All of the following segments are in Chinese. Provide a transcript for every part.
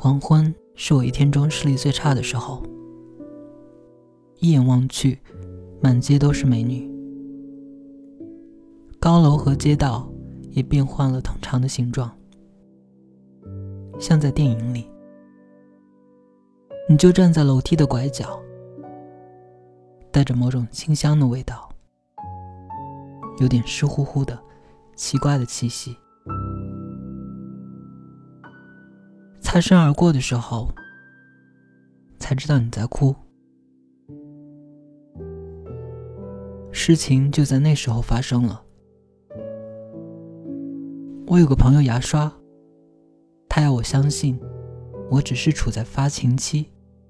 黄昏是我一天中视力最差的时候，一眼望去，满街都是美女，高楼和街道也变换了通常的形状，像在电影里。你就站在楼梯的拐角，带着某种清香的味道，有点湿乎乎的奇怪的气息。擦身而过的时候，才知道你在哭。事情就在那时候发生了。我有个朋友牙刷，他要我相信我只是处在发情期，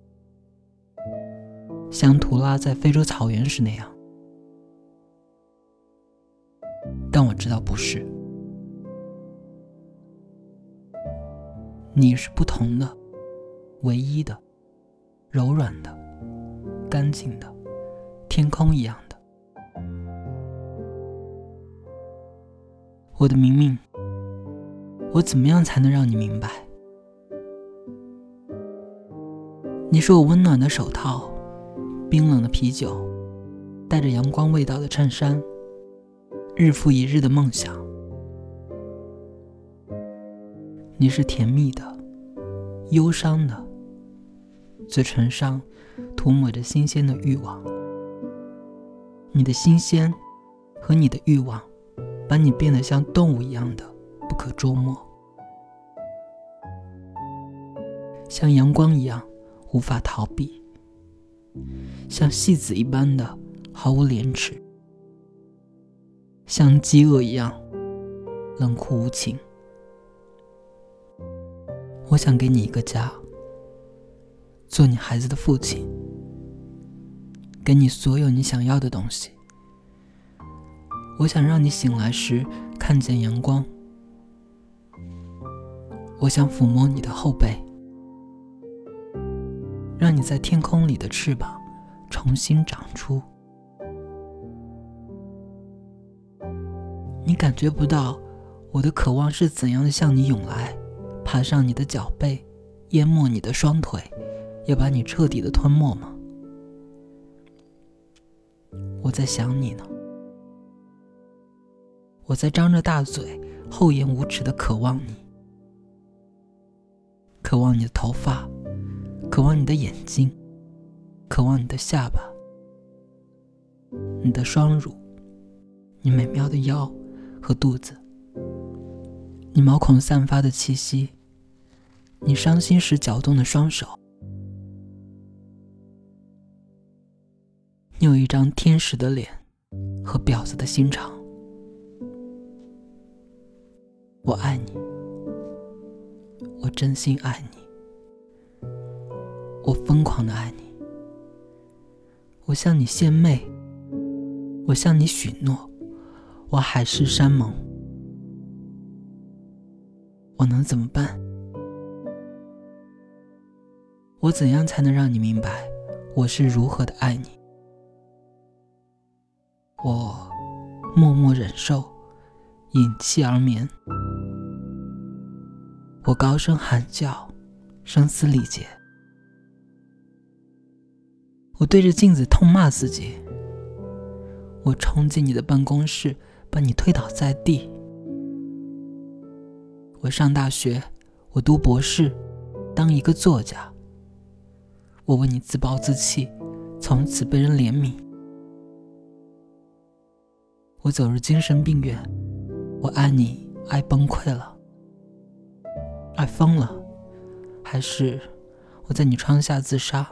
像图拉在非洲草原时那样，但我知道不是。你是不同的，唯一的，柔软的，干净的，天空一样的。我的明明，我怎么样才能让你明白？你是我温暖的手套，冰冷的啤酒，带着阳光味道的衬衫，日复一日的梦想。你是甜蜜的，忧伤的，嘴唇上涂抹着新鲜的欲望。你的新鲜和你的欲望把你变得像动物一样的不可捉摸，像阳光一样无法逃避，像戏子一般的毫无廉耻，像饥饿一样冷酷无情。我想给你一个家，做你孩子的父亲，给你所有你想要的东西。我想让你醒来时看见阳光，我想抚摸你的后背，让你在天空里的翅膀重新长出。你感觉不到我的渴望是怎样的向你涌来，爬上你的脚背，淹没你的双腿，要把你彻底的吞没吗？我在想你呢，我在张着大嘴厚颜无耻地渴望你，渴望你的头发，渴望你的眼睛，渴望你的下巴，你的双乳，你美妙的腰和肚子，你毛孔散发的气息，你伤心时搅动的双手。你有一张天使的脸和婊子的心肠。我爱你，我真心爱你，我疯狂地爱你。我向你献媚，我向你许诺，我海誓山盟。我能怎么办？我怎样才能让你明白我是如何的爱你？我默默忍受，隐气而眠。我高声喊叫，声嘶力竭。我对着镜子痛骂自己。我冲进你的办公室，把你推倒在地。我上大学，我读博士，当一个作家。我为你自暴自弃，从此被人怜悯。我走入精神病院，我爱你爱崩溃了，爱疯了，还是我在你窗下自杀？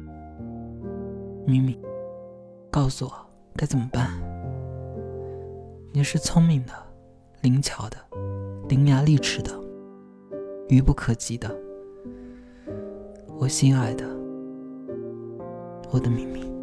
明明，告诉我该怎么办？你是聪明的，灵巧的，伶牙俐齿的，愚不可及的，我心爱的，我的明明。